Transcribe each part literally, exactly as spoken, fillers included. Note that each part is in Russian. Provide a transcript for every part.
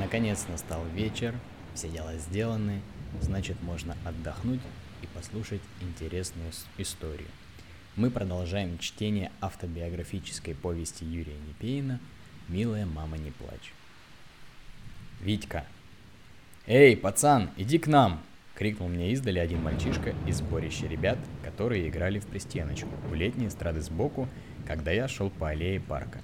Наконец настал вечер, все дела сделаны, значит можно отдохнуть и послушать интересную с- историю. Мы продолжаем чтение автобиографической повести Юрия Непеина «Милая мама, не плачь». Витька. «Эй, пацан, иди к нам!» — крикнул мне издали один мальчишка из сборища ребят, которые играли в пристеночку у летней эстрады сбоку, когда я шел по аллее парка.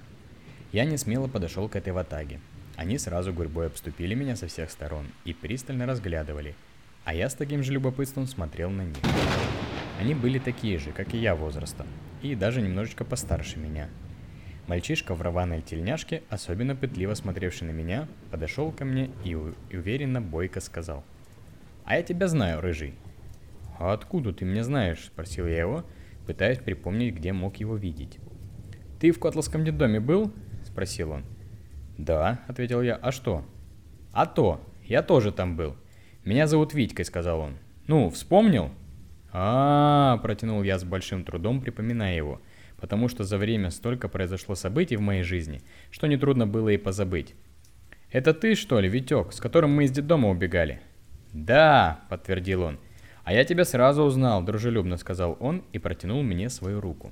Я не смело подошел к этой ватаге. Они сразу гурьбой обступили меня со всех сторон и пристально разглядывали, а я с таким же любопытством смотрел на них. Они были такие же, как и я возрастом, и даже немножечко постарше меня. Мальчишка в рваной тельняшке, особенно пытливо смотревший на меня, подошел ко мне и, у- и уверенно, бойко сказал: «А я тебя знаю, рыжий». «А откуда ты меня знаешь?» – спросил я его, пытаясь припомнить, где мог его видеть. «Ты в Котловском детдоме был?» – спросил он. «Да», — ответил я, — «а что?» «А то, я тоже там был. Меня зовут Витькой», — сказал он. «Ну, вспомнил?» а, -а, -а протянул я с большим трудом, припоминая его, потому что за время столько произошло событий в моей жизни, что нетрудно было и позабыть. «Это ты, что ли, Витек, с которым мы из детдома убегали?» «Да», — подтвердил он. «А я тебя сразу узнал», — дружелюбно сказал он и протянул мне свою руку.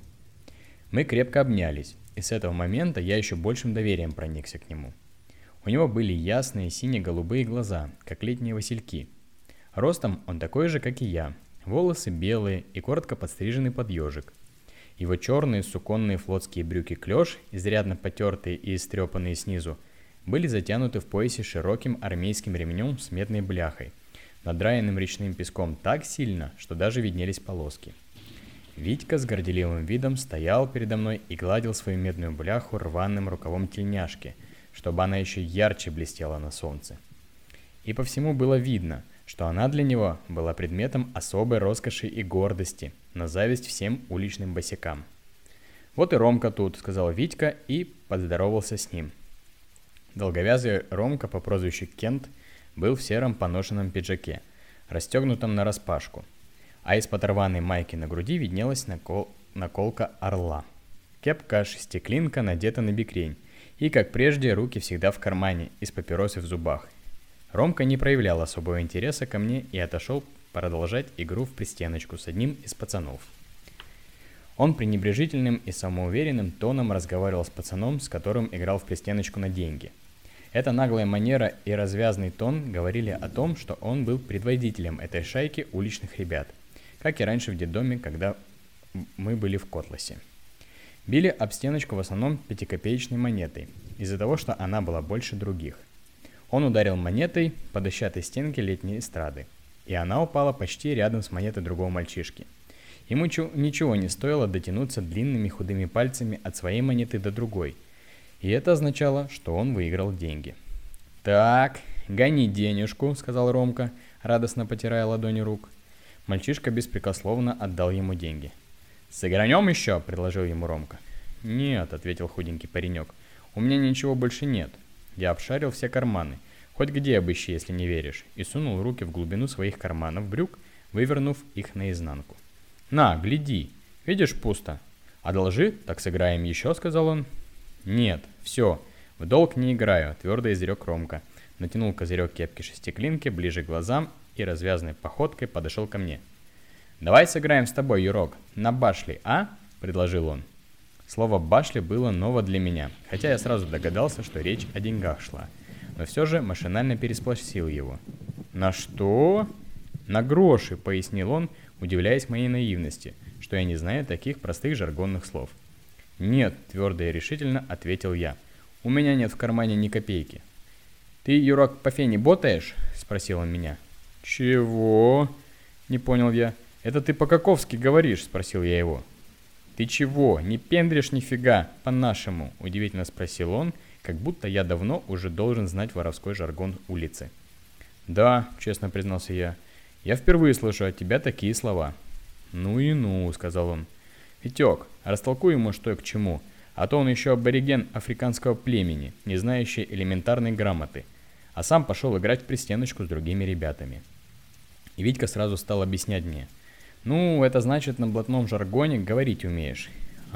Мы крепко обнялись, и с этого момента я еще большим доверием проникся к нему. У него были ясные сине-голубые глаза, как летние васильки. Ростом он такой же, как и я, волосы белые и коротко подстриженный под ежик. Его черные суконные флотские брюки клеш, изрядно потертые и истрепанные снизу, были затянуты в поясе широким армейским ремнем с медной бляхой, надраенным речным песком так сильно, что даже виднелись полоски. Витька с горделивым видом стоял передо мной и гладил свою медную бляху рваным рукавом тельняшки, чтобы она еще ярче блестела на солнце. И по всему было видно, что она для него была предметом особой роскоши и гордости, на зависть всем уличным босякам. «Вот и Ромка тут», — сказал Витька и поздоровался с ним. Долговязый Ромка по прозвищу Кент был в сером поношенном пиджаке, расстегнутом нараспашку, а из-под рваной майки на груди виднелась накол... наколка орла. Кепка-шестиклинка надета на бикрень, и, как прежде, руки всегда в кармане и с папиросой в зубах. Ромка не проявлял особого интереса ко мне и отошел продолжать игру в пристеночку с одним из пацанов. Он пренебрежительным и самоуверенным тоном разговаривал с пацаном, с которым играл в пристеночку на деньги. Эта наглая манера и развязный тон говорили о том, что он был предводителем этой шайки уличных ребят, как и раньше в детдоме, когда мы были в Котласе. Били об стеночку в основном пятикопеечной монетой, из-за того, что она была больше других. Он ударил монетой по дощатой стенке летней эстрады, и она упала почти рядом с монетой другого мальчишки. Ему ничего не стоило дотянуться длинными худыми пальцами от своей монеты до другой, и это означало, что он выиграл деньги. «Так, гони денежку», — сказал Ромка, радостно потирая ладони рук. Мальчишка беспрекословно отдал ему деньги. «Сыгранем еще?» — предложил ему Ромка. «Нет», — ответил худенький паренек, — «у меня ничего больше нет». Я обшарил все карманы, хоть где обыщи, если не веришь, и сунул руки в глубину своих карманов брюк, вывернув их наизнанку. «На, гляди, видишь, пусто. Одолжи, так сыграем еще», — сказал он. «Нет, все, в долг не играю», — твердо изрек Ромка, натянул козырек кепки шестиклинки ближе к глазам и развязной походкой подошел ко мне. «Давай сыграем с тобой, Юрок, на башли, а?» — предложил он. Слово «башли» было ново для меня, хотя я сразу догадался, что речь о деньгах шла, но все же машинально переспросил его. «На что?» «На гроши», — пояснил он, удивляясь моей наивности, что я не знаю таких простых жаргонных слов. «Нет», — твердо и решительно ответил я, — «у меня нет в кармане ни копейки». «Ты, Юрок, по фене ботаешь?» — спросил он меня. «Чего?» — не понял я. «Это ты по-каковски говоришь?» — спросил я его. «Ты чего, не пендришь нифига, по-нашему?» — удивительно спросил он, как будто я давно уже должен знать воровской жаргон улицы. «Да», — честно признался я, — «я впервые слышу от тебя такие слова». «Ну и ну», — сказал он. «Витек, растолкуй ему, что и к чему, а то он еще абориген африканского племени, не знающий элементарной грамоты, а сам пошел играть в пристеночку с другими ребятами». И Витька сразу стал объяснять мне. «Ну, это значит, на блатном жаргоне говорить умеешь».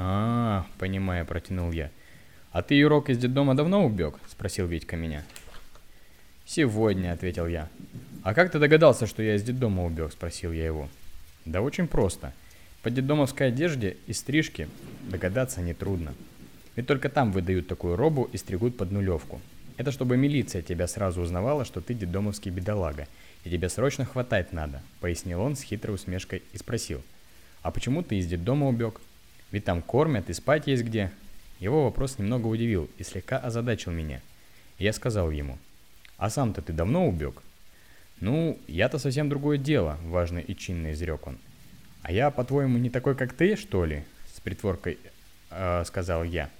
«А, -а, понимая, протянул я. «А ты, Юрок, из детдома давно убег?» — спросил Витька меня. «Сегодня», — ответил я. «А как ты догадался, что я из детдома убег?» — спросил я его. «Да очень просто. По детдомовской одежде и стрижке догадаться нетрудно. Ведь только там выдают такую робу и стригут под нулевку. Это чтобы милиция тебя сразу узнавала, что ты детдомовский бедолага, и тебе срочно хватать надо», — пояснил он с хитрой усмешкой и спросил. «А почему ты из детдома убег? Ведь там кормят и спать есть где». Его вопрос немного удивил и слегка озадачил меня. И я сказал ему: «А сам-то ты давно убег?» «Ну, я-то совсем другое дело», — важно и чинно изрек он. «А я, по-твоему, не такой, как ты, что ли?» — с притворкой э, сказал я.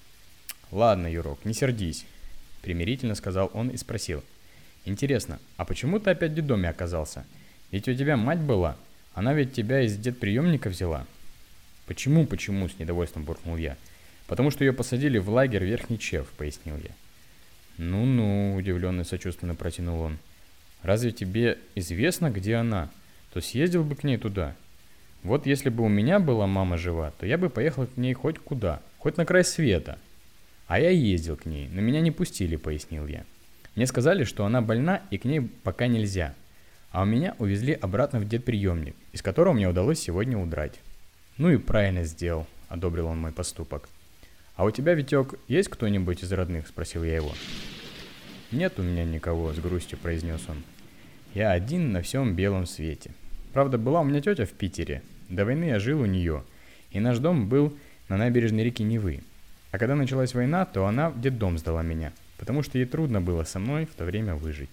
«Ладно, Юрок, не сердись», — примирительно сказал он и спросил. «Интересно, а почему ты опять в детдоме оказался? Ведь у тебя мать была, она ведь тебя из детприемника взяла». «Почему, почему?» — с недовольством буркнул я. «Потому что ее посадили в лагерь Верхний Чеф», — пояснил я. «Ну-ну», — удивленно и сочувственно протянул он. «Разве тебе известно, где она? То съездил бы к ней туда. Вот если бы у меня была мама жива, то я бы поехал к ней хоть куда, хоть на край света. А я ездил к ней, но меня не пустили», — пояснил я. «Мне сказали, что она больна и к ней пока нельзя. А у меня увезли обратно в детприемник, из которого мне удалось сегодня удрать». «Ну и правильно сделал», — одобрил он мой поступок. «А у тебя, Витек, есть кто-нибудь из родных?» — спросил я его. «Нет у меня никого», — с грустью произнес он. «Я один на всем белом свете. Правда, была у меня тетя в Питере. До войны я жил у нее, и наш дом был на набережной реки Невы. А когда началась война, то она в детдом сдала меня, потому что ей трудно было со мной в то время выжить».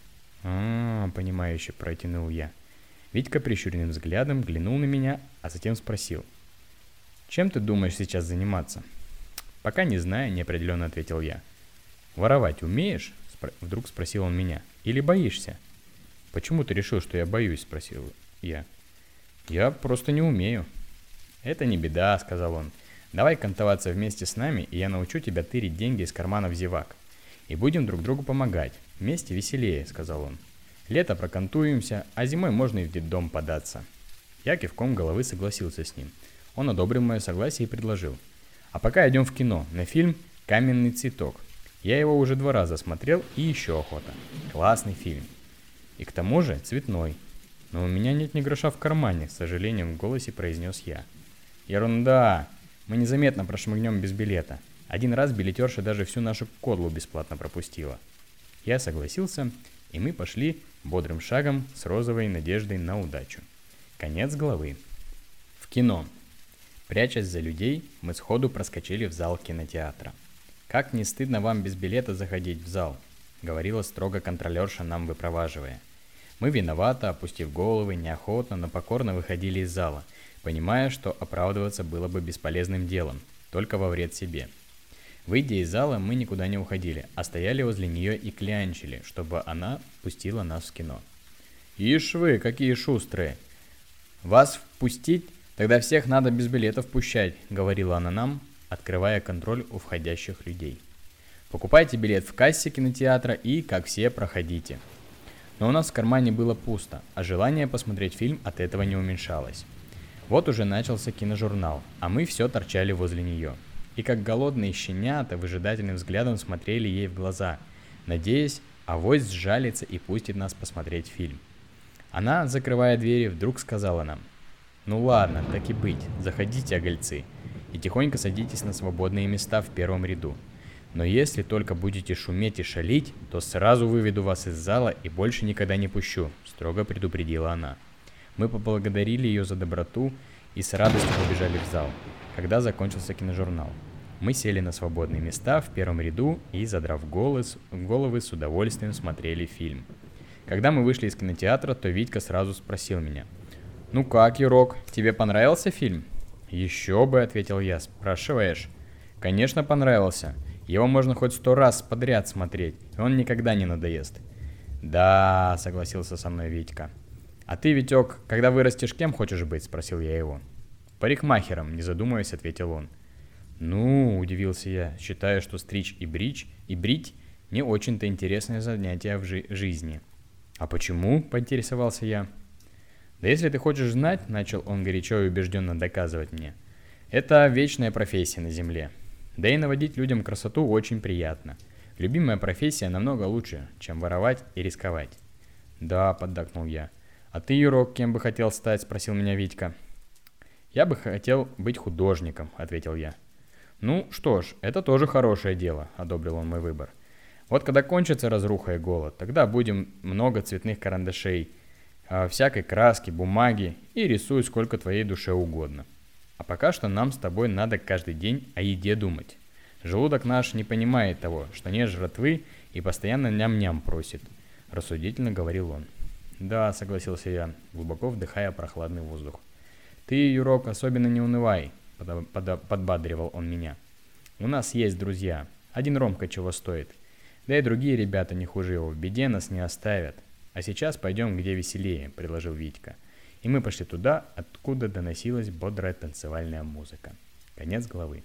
«А-а-а», — понимающе протянул я. Витька прищуренным взглядом глянул на меня, а затем спросил: «Чем ты думаешь сейчас заниматься?» «Пока не знаю», — неопределенно ответил я. «Воровать умеешь?» — спро- вдруг спросил он меня. «Или боишься?» «Почему ты решил, что я боюсь?» — спросил я. «Я просто не умею». «Это не беда», — сказал он. «Давай кантоваться вместе с нами, и я научу тебя тырить деньги из карманов зевак. И будем друг другу помогать. Вместе веселее», — сказал он. «Лето прокантуемся, а зимой можно и в детдом податься». Я кивком головы согласился с ним. Он одобрил мое согласие и предложил: «А пока идем в кино, на фильм «Каменный цветок». Я его уже два раза смотрел, и еще охота. Классный фильм. И к тому же цветной. Но у меня нет ни гроша в кармане», — с сожалением в голосе произнес я. «Ерунда. Мы незаметно прошмыгнем без билета. Один раз билетерша даже всю нашу кодлу бесплатно пропустила». Я согласился, и мы пошли бодрым шагом с розовой надеждой на удачу. Конец главы. В кино. Прячась за людей, мы сходу проскочили в зал кинотеатра. «Как не стыдно вам без билета заходить в зал?» — говорила строго контролерша, нам выпроваживая. Мы виновато, опустив головы, неохотно, но покорно выходили из зала, понимая, что оправдываться было бы бесполезным делом, только во вред себе. Выйдя из зала, мы никуда не уходили, а стояли возле нее и клянчили, чтобы она пустила нас в кино. «Ишь вы, какие шустрые! Вас впустить? Тогда всех надо без билетов пущать», — говорила она нам, открывая контроль у входящих людей. «Покупайте билет в кассе кинотеатра и, как все, проходите». Но у нас в кармане было пусто, а желание посмотреть фильм от этого не уменьшалось. Вот уже начался киножурнал, а мы все торчали возле нее. И как голодные щенята выжидательным взглядом смотрели ей в глаза, надеясь, авось сжалится и пустит нас посмотреть фильм. Она, закрывая двери, вдруг сказала нам: «Ну ладно, так и быть, заходите, огольцы, и тихонько садитесь на свободные места в первом ряду. Но если только будете шуметь и шалить, то сразу выведу вас из зала и больше никогда не пущу», — строго предупредила она. Мы поблагодарили ее за доброту и с радостью побежали в зал, когда закончился киножурнал. Мы сели на свободные места в первом ряду и, задрав голос, головы, с удовольствием смотрели фильм. Когда мы вышли из кинотеатра, то Витька сразу спросил меня: «Ну как, Юрок, тебе понравился фильм?» «Еще бы», — ответил я. «Спрашиваешь?» «Конечно, понравился. Его можно хоть сто раз подряд смотреть, и он никогда не надоест». «Да», — согласился со мной Витька. «А ты, Витек, когда вырастешь, кем хочешь быть?» — спросил я его. «Парикмахером», — не задумываясь, ответил он. «Ну», — удивился я, считая, что стричь и брить, и брить не очень-то интересное занятие в жи- жизни. «А почему?» — поинтересовался я. «Да если ты хочешь знать», — начал он горячо и убежденно доказывать мне, — «это вечная профессия на земле. Да и наводить людям красоту очень приятно. Любимая профессия намного лучше, чем воровать и рисковать. Да, поддакнул я. А ты, Юрок, кем бы хотел стать? Спросил меня Витька. Я бы хотел быть художником, ответил я. Ну что ж, это тоже хорошее дело, одобрил он мой выбор. Вот когда кончится разруха и голод, тогда будем много цветных карандашей, всякой краски, бумаги и рисуй сколько твоей душе угодно. А пока что нам с тобой надо каждый день о еде думать. Желудок наш не понимает того, что нет жратвы и постоянно ням-ням просит, рассудительно говорил он. Да, согласился я, глубоко вдыхая прохладный воздух. Ты, Юрок, особенно не унывай, под- под- подбадривал он меня. У нас есть друзья, один Ромка чего стоит. Да и другие ребята не хуже его, в беде нас не оставят. А сейчас пойдем где веселее, предложил Витька. И мы пошли туда, откуда доносилась бодрая танцевальная музыка. Конец главы.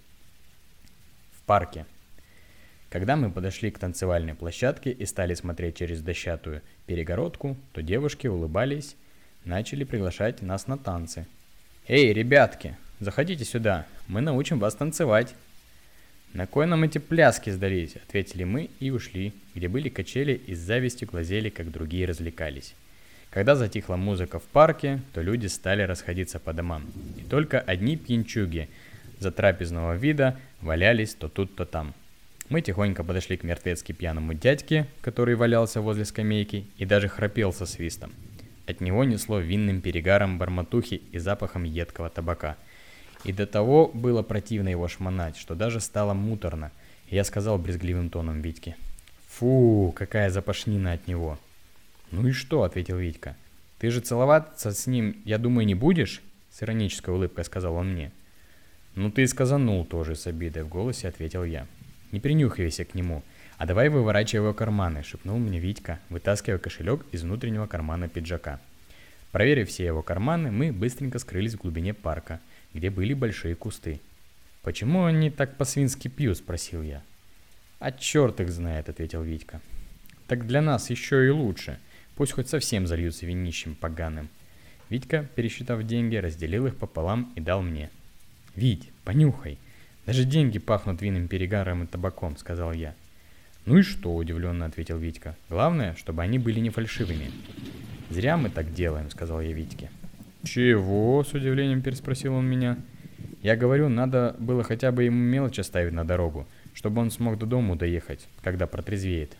В парке. Когда мы подошли к танцевальной площадке и стали смотреть через дощатую перегородку, то девушки улыбались, начали приглашать нас на танцы. «Эй, ребятки, заходите сюда, мы научим вас танцевать». «На кой нам эти пляски сдались?» — ответили мы и ушли, где были качели и с завистью глазели, как другие развлекались. Когда затихла музыка в парке, то люди стали расходиться по домам. И только одни пьянчуги затрапезного вида валялись то тут, то там. Мы тихонько подошли к мертвецки пьяному дядьке, который валялся возле скамейки и даже храпел со свистом. От него несло винным перегаром барматухи и запахом едкого табака. И до того было противно его шмонать, что даже стало муторно. И я сказал брезгливым тоном Витьке: «Фу, какая запашнина от него!» «Ну и что?» — ответил Витька. «Ты же целоваться с ним, я думаю, не будешь?» — с иронической улыбкой сказал он мне. «Ну ты и сказанул тоже с обидой в голосе», — ответил я. «Не принюхивайся к нему, а давай выворачивай его карманы», — шепнул мне Витька, вытаскивая кошелек из внутреннего кармана пиджака. Проверив все его карманы, мы быстренько скрылись в глубине парка, где были большие кусты. «Почему они так по-свински пьют?» — спросил я. «А черт их знает», — ответил Витька. «Так для нас еще и лучше. Пусть хоть совсем зальются винищем поганым». Витька, пересчитав деньги, разделил их пополам и дал мне. «Вить, понюхай. Даже деньги пахнут винным перегаром и табаком», — сказал я. «Ну и что?» — удивленно ответил Витька. «Главное, чтобы они были не фальшивыми». «Зря мы так делаем», — сказал я Витьке. «Чего?» — с удивлением переспросил он меня. «Я говорю, надо было хотя бы ему мелочь оставить на дорогу, чтобы он смог до дому доехать, когда протрезвеет».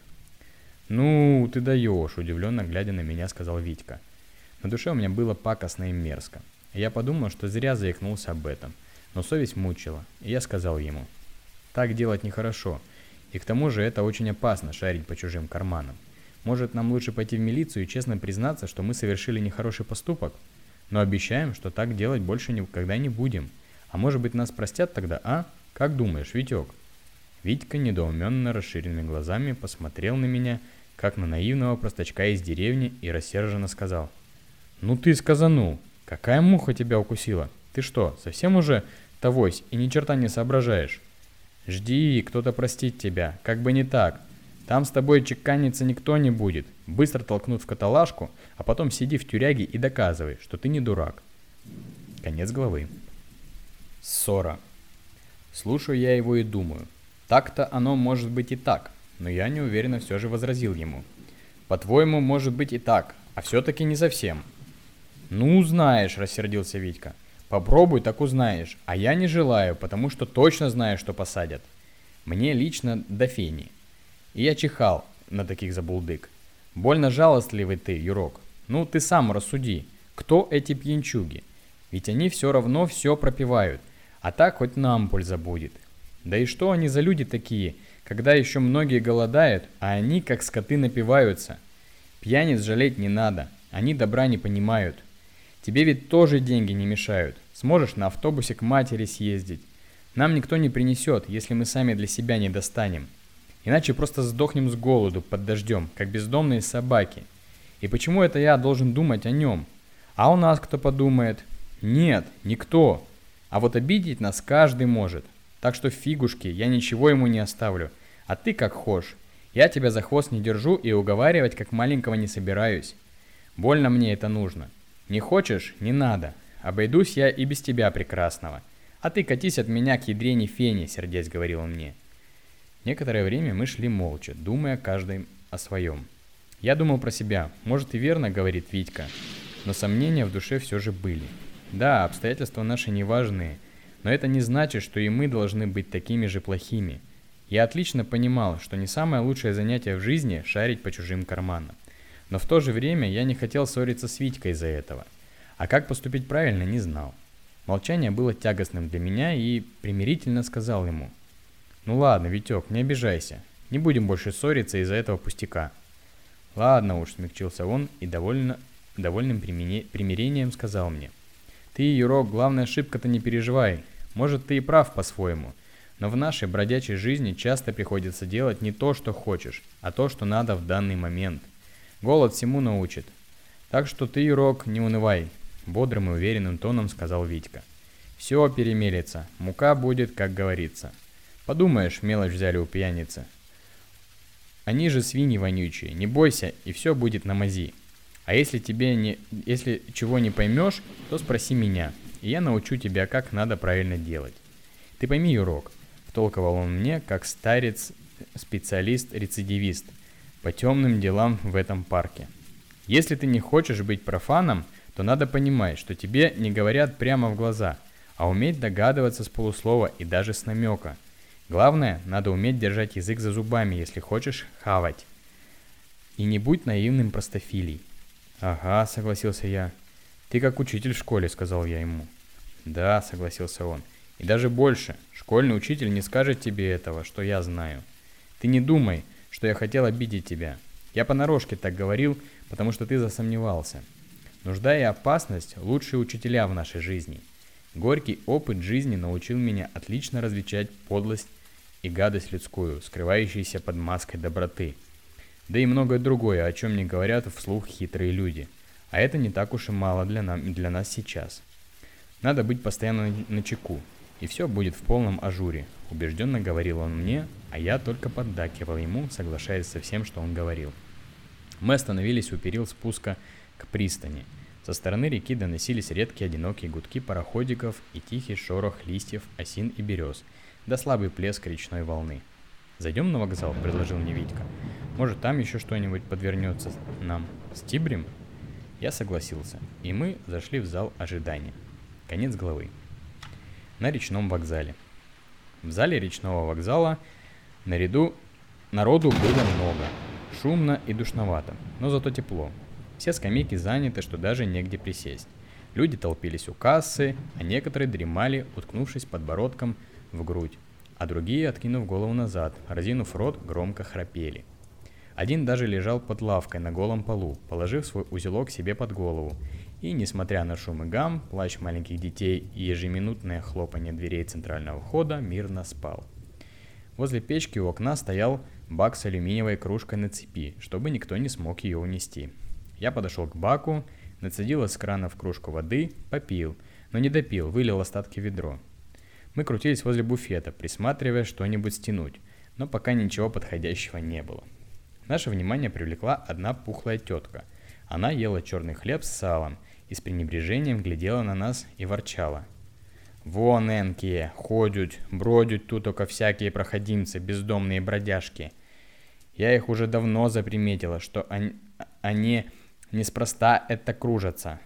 «Ну, ты даешь», — удивленно глядя на меня, сказал Витька. На душе у меня было пакостно и мерзко. И я подумал, что зря заикнулся об этом. Но совесть мучила, и я сказал ему: «Так делать нехорошо, и к тому же это очень опасно, шарить по чужим карманам. Может, нам лучше пойти в милицию и честно признаться, что мы совершили нехороший поступок? Но обещаем, что так делать больше никогда не будем. А может быть, нас простят тогда, а? Как думаешь, Витек?» Витька недоуменно расширенными глазами посмотрел на меня, как на наивного простачка из деревни, и рассерженно сказал: «Ну ты сказанул! Какая муха тебя укусила? Ты что, совсем уже тогось и ни черта не соображаешь? Жди, кто-то простит тебя, как бы не так. Там с тобой чеканиться никто не будет. Быстро толкнут в каталажку, а потом сиди в тюряге и доказывай, что ты не дурак». Конец главы. Ссора. Слушаю я его и думаю: так-то оно может быть и так, но я неуверенно все же возразил ему: «По-твоему, может быть и так, а все-таки не совсем». «Ну, узнаешь», — рассердился Витька. «Попробуй, так узнаешь, а я не желаю, потому что точно знаю, что посадят. Мне лично до фени. И я чихал на таких забулдык. Больно жалостливый ты, Юрок. Ну, ты сам рассуди, кто эти пьянчуги? Ведь они все равно все пропивают, а так хоть нам польза будет. Да и что они за люди такие, когда еще многие голодают, а они как скоты напиваются? Пьяниц жалеть не надо, они добра не понимают. Тебе ведь тоже деньги не мешают. Сможешь на автобусе к матери съездить. Нам никто не принесет, если мы сами для себя не достанем. Иначе просто сдохнем с голоду под дождем, как бездомные собаки. И почему это я должен думать о нем? А у нас кто подумает? Нет, никто. А вот обидеть нас каждый может. Так что фигушки, я ничего ему не оставлю. А ты как хошь. Я тебя за хвост не держу и уговаривать как маленького не собираюсь. Больно мне это нужно. Не хочешь? Не надо. Обойдусь я и без тебя прекрасного. А ты катись от меня к ядрене фене, сердец говорил он мне. Некоторое время мы шли молча, думая каждый о своем. Я думал про себя, может и верно, говорит Витька, но сомнения в душе все же были. Да, обстоятельства наши неважные, но это не значит, что и мы должны быть такими же плохими. Я отлично понимал, что не самое лучшее занятие в жизни – шарить по чужим карманам. Но в то же время я не хотел ссориться с Витькой из-за этого. А как поступить правильно, не знал. Молчание было тягостным для меня, и примирительно сказал ему: «Ну ладно, Витек, не обижайся. Не будем больше ссориться из-за этого пустяка». «Ладно уж», — смягчился он и довольно, довольным примирением сказал мне: «Ты, Юрок, главная ошибка-то не переживай. Может, ты и прав по-своему, но в нашей бродячей жизни часто приходится делать не то, что хочешь, а то, что надо в данный момент. Голод всему научит. Так что ты, Юрок, не унывай», — бодрым и уверенным тоном сказал Витька. «Все перемелется, мука будет, как говорится. Подумаешь, мелочь взяли у пьяницы. Они же свиньи вонючие, не бойся, и все будет на мази. А если тебе не, если чего не поймешь, то спроси меня, и я научу тебя, как надо правильно делать. Ты пойми, Юрок», — втолковал он мне, как старец, специалист-рецидивист по темным делам в этом парке. «Если ты не хочешь быть профаном, то надо понимать, что тебе не говорят прямо в глаза, а уметь догадываться с полуслова и даже с намека. Главное, надо уметь держать язык за зубами, если хочешь хавать. И не будь наивным простофилей». «Ага», — согласился я. «Ты как учитель в школе», — сказал я ему. «Да», — согласился он. «И даже больше. Школьный учитель не скажет тебе этого, что я знаю. Ты не думай, что я хотел обидеть тебя. Я понарошке так говорил, потому что ты засомневался. Нужда и опасность — лучшие учителя в нашей жизни. Горький опыт жизни научил меня отлично различать подлость и гадость людскую, скрывающуюся под маской доброты. Да и многое другое, о чем не говорят вслух хитрые люди. А это не так уж и мало для, нам, для нас сейчас. Надо быть постоянно начеку, и все будет в полном ажуре», — убежденно говорил он мне, а я только поддакивал ему, соглашаясь со всем, что он говорил. Мы остановились у перил спуска к пристани. Со стороны реки доносились редкие одинокие гудки пароходиков и тихий шорох листьев, осин и берез, да слабый плеск речной волны. «Зайдем на вокзал», — предложил мне Витька. «Может, там еще что-нибудь подвернется нам. Стибрим?» Я согласился, и мы зашли в зал ожидания. Конец главы. На речном вокзале. В зале речного вокзала наряду народу было много. Шумно и душновато, но зато тепло. Все скамейки заняты, что даже негде присесть. Люди толпились у кассы, а некоторые дремали, уткнувшись подбородком в грудь, а другие, откинув голову назад, разинув рот, громко храпели. Один даже лежал под лавкой на голом полу, положив свой узелок себе под голову, и, несмотря на шум и гам, плач маленьких детей и ежеминутное хлопанье дверей центрального входа, мирно спал. Возле печки у окна стоял бак с алюминиевой кружкой на цепи, чтобы никто не смог ее унести. Я подошел к баку, нацедил из крана в кружку воды, попил, но не допил, вылил остатки в ведро. Мы крутились возле буфета, присматривая что-нибудь стянуть, но пока ничего подходящего не было. Наше внимание привлекла одна пухлая тетка. Она ела черный хлеб с салом и с пренебрежением глядела на нас и ворчала: «Вон, энкие, ходят, бродят тут только всякие проходимцы, бездомные бродяжки. Я их уже давно заприметила, что они, они неспроста это кружатся.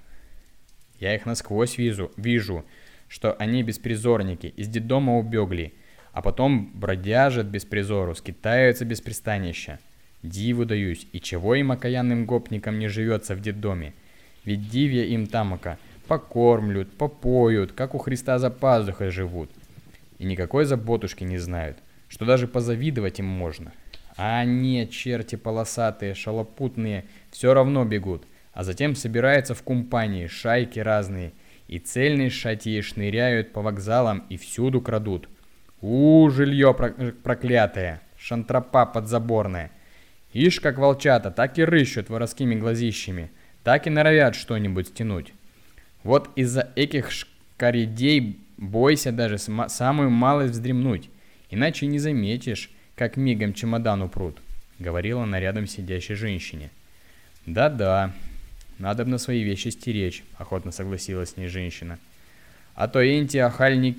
Я их насквозь вижу, вижу, что они беспризорники, из детдома убегли, а потом бродяжат без призору, скитаются без пристанища. Диву даюсь, и чего им, окаянным гопникам, не живется в детдоме? Ведь дивья им тамока покормлют, попоют, как у Христа за пазухой живут. И никакой заботушки не знают, что даже позавидовать им можно. А они, черти полосатые, шалопутные, все равно бегут, а затем собираются в компании, шайки разные, и цельные шатьи шныряют по вокзалам и всюду крадут. У, жилье проклятое, шантропа подзаборная. Ишь, как волчата, так и рыщут воровскими глазищами, так и норовят что-нибудь стянуть. Вот из-за этих шкаридей бойся даже самую малость вздремнуть, иначе не заметишь, как мигом чемодан упрут», — говорила она рядом сидящей женщине. «Да-да, надо бы на свои вещи стеречь», — охотно согласилась с ней женщина. «А то энти охальники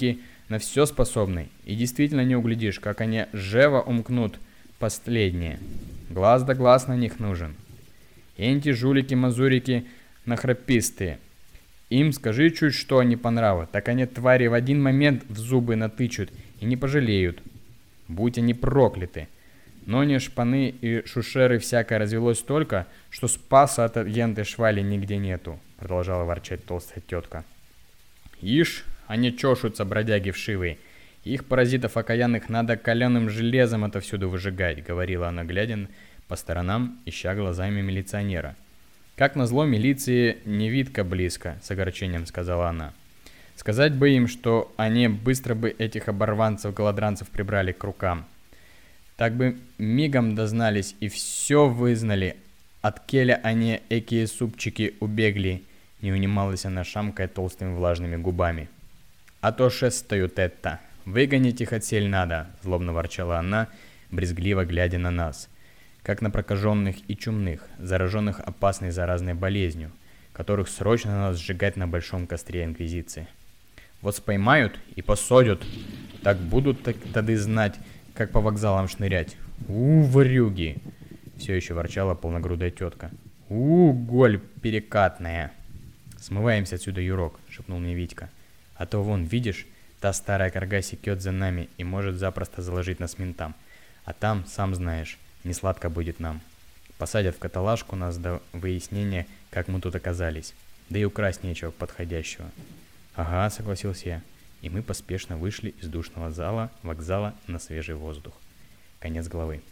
на все способны, и действительно не углядишь, как они живо умкнут последнее. Глаз да глаз на них нужен. Энти жулики-мазурики нахрапистые. Им скажи чуть, что они по нраву, так они твари в один момент в зубы натычут и не пожалеют. Будь они прокляты. Но не шпаны и шушеры всякое развелось столько, что спаса от агенты швали нигде нету, продолжала ворчать толстая тетка. Ишь, они чешутся, бродяги вшивые. Их паразитов окаянных надо каленым железом отовсюду выжигать, говорила она, глядя по сторонам, ища глазами милиционера. Как назло, милиции не видка близко, с огорчением сказала она. Сказать бы им, что они быстро бы этих оборванцев-голодранцев прибрали к рукам. Так бы мигом дознались и все вызнали. От келя они экие супчики убегли, не унималась она, шамкая толстыми влажными губами. А то шестают это. Выгонить их отсель надо, злобно ворчала она, брезгливо глядя на нас, как на прокаженных и чумных, зараженных опасной заразной болезнью, которых срочно надо сжигать на большом костре инквизиции. Вот споймают и посадят, так будут так тогда знать, как по вокзалам шнырять. У, варюги! Все еще ворчала полногрудая тетка. У, голь перекатная! Смываемся отсюда, Юрок, шепнул мне Витька. А то вон, видишь, та старая карга секет за нами и может запросто заложить нас ментам. А там, сам знаешь, не сладко будет нам. Посадят в каталажку нас до выяснения, как мы тут оказались. Да и украсть нечего подходящего. Ага, согласился я. И мы поспешно вышли из душного зала вокзала на свежий воздух. Конец главы.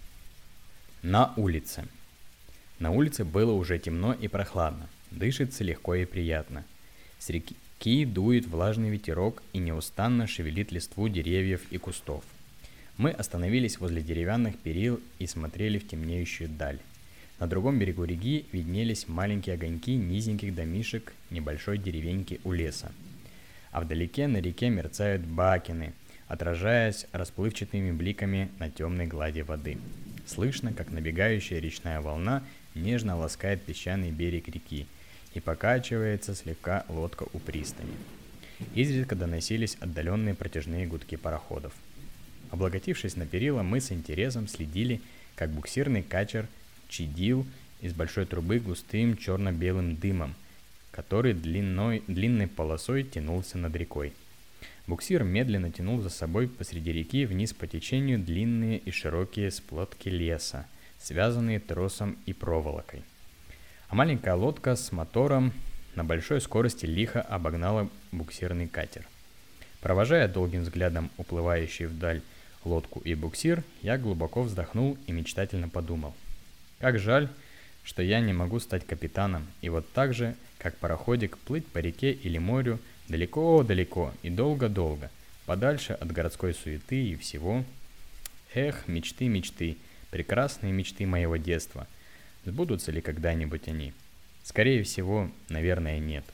На улице. На улице было уже темно и прохладно. Дышится легко и приятно. С реки дует влажный ветерок и неустанно шевелит листву деревьев и кустов. Мы остановились возле деревянных перил и смотрели в темнеющую даль. На другом берегу реки виднелись маленькие огоньки низеньких домишек небольшой деревеньки у леса. А вдалеке на реке мерцают бакины, отражаясь расплывчатыми бликами на темной глади воды. Слышно, как набегающая речная волна нежно ласкает песчаный берег реки, и покачивается слегка лодка у пристани. Изредка доносились отдаленные протяжные гудки пароходов. Облокотившись на перила, мы с интересом следили, как буксирный катер чадил из большой трубы густым черно-белым дымом, который длиной, длинной полосой тянулся над рекой. Буксир медленно тянул за собой посреди реки вниз по течению длинные и широкие сплотки леса, связанные тросом и проволокой. А маленькая лодка с мотором на большой скорости лихо обогнала буксирный катер. Провожая долгим взглядом уплывающий вдаль лодку и буксир, я глубоко вздохнул и мечтательно подумал. Как жаль, что я не могу стать капитаном и вот так же, как пароходик, плыть по реке или морю далеко-далеко и долго-долго, подальше от городской суеты и всего. Эх, мечты, мечты, прекрасные мечты моего детства. Сбудутся ли когда-нибудь они? Скорее всего, наверное, нет.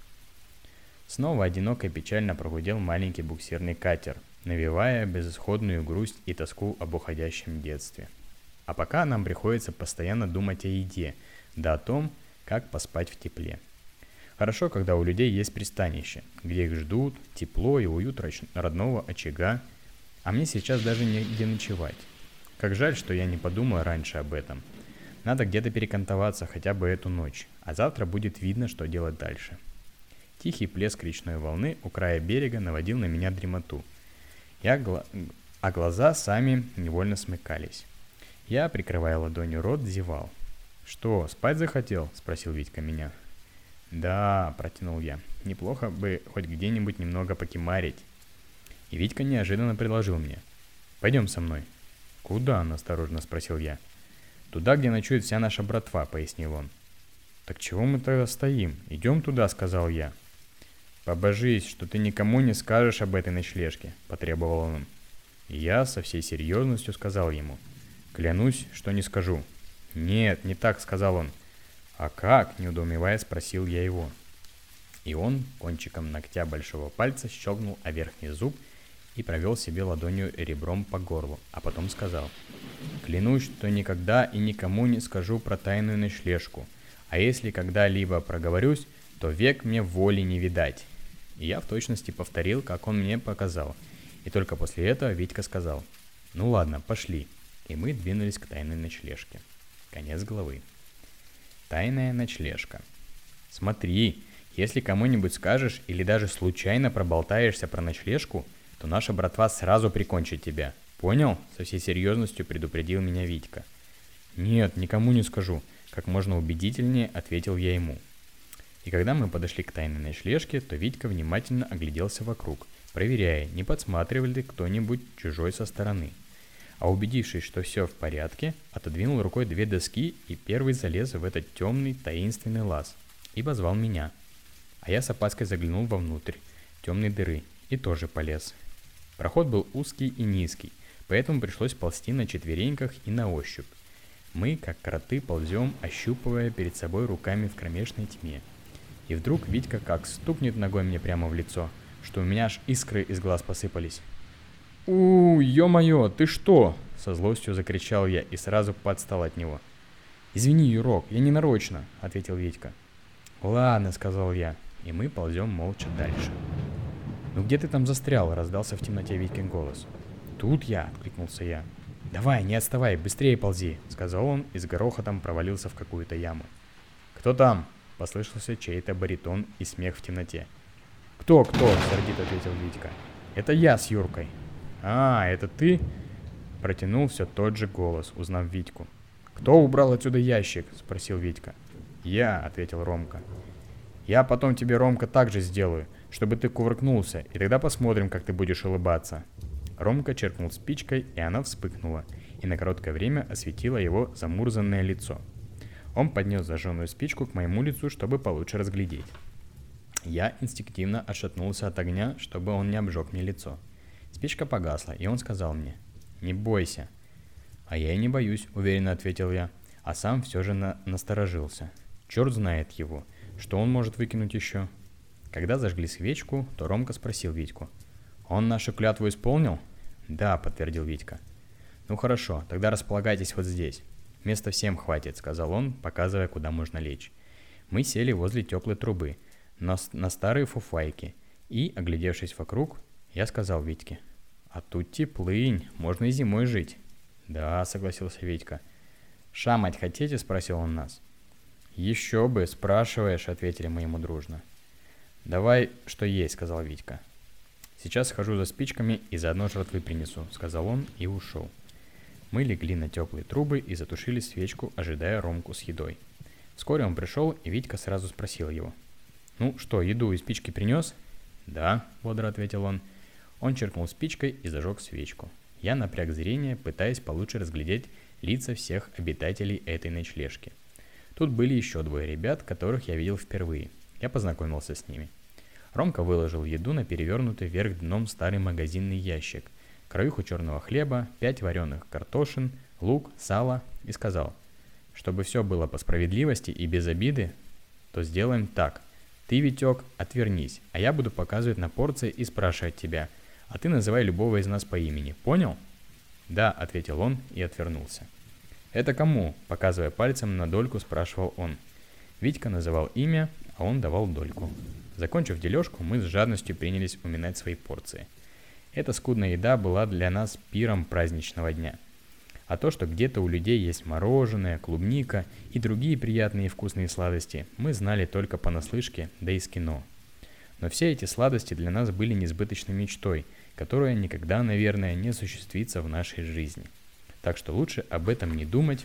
Снова одиноко и печально прогудел маленький буксирный катер, навевая безысходную грусть и тоску об уходящем детстве. А пока нам приходится постоянно думать о еде, да о том, как поспать в тепле. Хорошо, когда у людей есть пристанище, где их ждут, тепло и уют родного очага, а мне сейчас даже негде ночевать. Как жаль, что я не подумал раньше об этом. Надо где-то перекантоваться хотя бы эту ночь, а завтра будет видно, что делать дальше. Тихий плеск речной волны у края берега наводил на меня дремоту. Я гла... А глаза сами невольно смыкались. Я, прикрывая ладонью рот, зевал. «Что, спать захотел?» – спросил Витька меня. «Да», – протянул я, – «неплохо бы хоть где-нибудь немного покемарить». И Витька неожиданно предложил мне. «Пойдем со мной». «Куда?» – осторожно спросил я. «Туда, где ночует вся наша братва», – пояснил он. «Так чего мы тогда стоим? Идем туда», – сказал я. «Побожись, что ты никому не скажешь об этой ночлежке», – потребовал он. И я со всей серьезностью сказал ему. «Клянусь, что не скажу». «Нет, не так», – сказал он. «А как?» – неудоумевая спросил я его. И он кончиком ногтя большого пальца щелкнул о верхний зуб и провел себе ладонью ребром по горлу, а потом сказал. «Клянусь, что никогда и никому не скажу про тайную ночлежку, а если когда-либо проговорюсь, то век мне воли не видать». И я в точности повторил, как он мне показал, И только после этого Витька сказал: «Ну ладно, пошли». И мы двинулись к тайной ночлежке. Конец главы. Тайная ночлежка. Смотри, если кому-нибудь скажешь или даже случайно проболтаешься про ночлежку, то наша братва сразу прикончит тебя. Понял? Со всей серьезностью предупредил меня Витька. Нет, никому не скажу, как можно убедительнее ответил я ему. И когда мы подошли к тайной ночлежке, то Витька внимательно огляделся вокруг, проверяя, не подсматривал ли кто-нибудь чужой со стороны. А убедившись, что все в порядке, отодвинул рукой две доски и первый залез в этот темный таинственный лаз и позвал меня. А я с опаской заглянул вовнутрь темной дыры и тоже полез. Проход был узкий и низкий, поэтому пришлось ползти на четвереньках и на ощупь. Мы, как кроты, ползем, ощупывая перед собой руками в кромешной тьме. И вдруг Витька как стукнет ногой мне прямо в лицо, что у меня аж искры из глаз посыпались. «У, ё-моё, ты что?» — со злостью закричал я и сразу подстал от него. «Извини, Юрок, я не нарочно», — ответил Витька. «Ладно», — сказал я, и мы ползем молча дальше. «Ну где ты там застрял?» — раздался в темноте Витькин голос. «Тут я», — откликнулся я. «Давай, не отставай, быстрее ползи», — сказал он и с грохотом провалился в какую-то яму. «Кто там?» — послышался чей-то баритон и смех в темноте. «Кто, кто?» — сердито ответил Витька. «Это я с Юркой». «А, это ты?» — протянул все тот же голос, узнав Витьку. «Кто убрал отсюда ящик?» — спросил Витька. «Я», — ответил Ромка. «Я потом тебе, Ромка, так же сделаю, чтобы ты кувыркнулся, и тогда посмотрим, как ты будешь улыбаться». Ромка черкнул спичкой, и она вспыхнула, и на короткое время осветила его замурзанное лицо. Он поднес зажженную спичку к моему лицу, чтобы получше разглядеть. Я инстинктивно отшатнулся от огня, чтобы он не обжег мне лицо. Спичка погасла, и он сказал мне: «Не бойся». «А я и не боюсь», — уверенно ответил я, а сам все же на- насторожился. Черт знает его, что он может выкинуть еще. Когда зажгли свечку, то Ромка спросил Витьку: «Он нашу клятву исполнил?» «Да», — подтвердил Витька. «Ну хорошо, тогда располагайтесь вот здесь. Места всем хватит», — сказал он, показывая, куда можно лечь. Мы сели возле теплой трубы, на, на старые фуфайки, и, оглядевшись вокруг, я сказал Витьке: «А тут теплынь, можно и зимой жить». «Да», — согласился Витька. «Шамать хотите?» — спросил он нас. «Еще бы, спрашиваешь», — ответили мы ему дружно. «Давай, что есть», — сказал Витька. «Сейчас схожу за спичками и заодно жратвы принесу», — сказал он и ушел. Мы легли на теплые трубы и затушили свечку, ожидая Ромку с едой. Вскоре он пришел, и Витька сразу спросил его: «Ну что, еду и спички принес?» «Да», — бодро ответил он. Он черкнул спичкой и зажег свечку. Я напряг зрение, пытаясь получше разглядеть лица всех обитателей этой ночлежки. Тут были еще двое ребят, которых я видел впервые. Я познакомился с ними. Ромка выложил еду на перевернутый вверх дном старый магазинный ящик, краюху черного хлеба, пять вареных картошин, лук, сало и сказал: «Чтобы все было по справедливости и без обиды, то сделаем так. Ты, Витек, отвернись, а я буду показывать на порции и спрашивать тебя, а ты называй любого из нас по имени. Понял?» «Да», — ответил он и отвернулся. «Это кому?» — показывая пальцем на дольку, спрашивал он. Витька называл имя, а он давал дольку. Закончив дележку, мы с жадностью принялись уминать свои порции. Эта скудная еда была для нас пиром праздничного дня. А то, что где-то у людей есть мороженое, клубника и другие приятные и вкусные сладости, мы знали только понаслышке, да из кино. Но все эти сладости для нас были несбыточной мечтой, которая никогда, наверное, не осуществится в нашей жизни. Так что лучше об этом не думать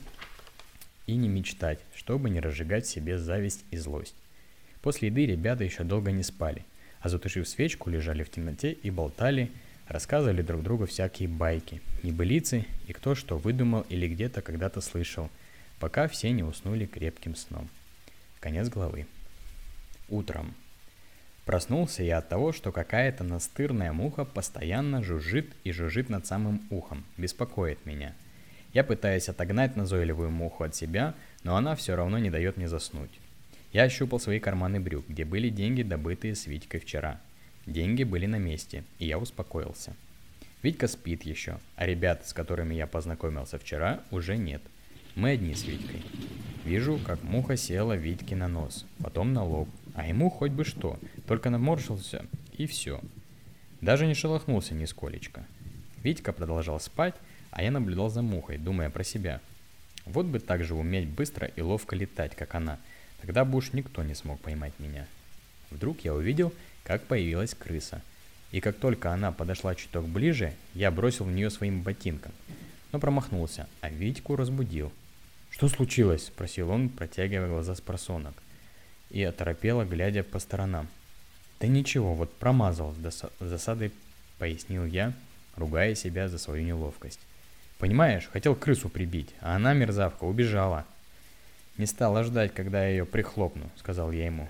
и не мечтать, чтобы не разжигать в себе зависть и злость. После еды ребята еще долго не спали, а затушив свечку, лежали в темноте и болтали, рассказывали друг другу всякие байки, небылицы и кто что выдумал или где-то когда-то слышал, пока все не уснули крепким сном. Конец главы. Утром. Проснулся я от того, что какая-то настырная муха постоянно жужжит и жужжит над самым ухом, беспокоит меня. Я пытаюсь отогнать назойливую муху от себя, но она все равно не дает мне заснуть. Я ощупал свои карманы брюк, где были деньги, добытые с Витькой вчера. Деньги были на месте, и я успокоился. Витька спит еще, а ребят, с которыми я познакомился вчера, уже нет. Мы одни с Витькой. Вижу, как муха села Витьке на нос, потом на лоб, а ему хоть бы что, только наморщился, и все. Даже не шелохнулся нисколечко. Витька продолжал спать, а я наблюдал за мухой, думая про себя. Вот бы так же уметь быстро и ловко летать, как она, тогда бы уж никто не смог поймать меня. Вдруг я увидел, как появилась крыса. И как только она подошла чуток ближе, я бросил в нее своим ботинком, но промахнулся, а Витьку разбудил. «Что случилось?» – спросил он, протягивая глаза с просонок, и оторопело, глядя по сторонам. «Да ничего, вот промазал», – с досадой пояснил я, ругая себя за свою неловкость. «Понимаешь, хотел крысу прибить, а она, мерзавка, убежала». «Не стала ждать, когда я ее прихлопну», — сказал я ему.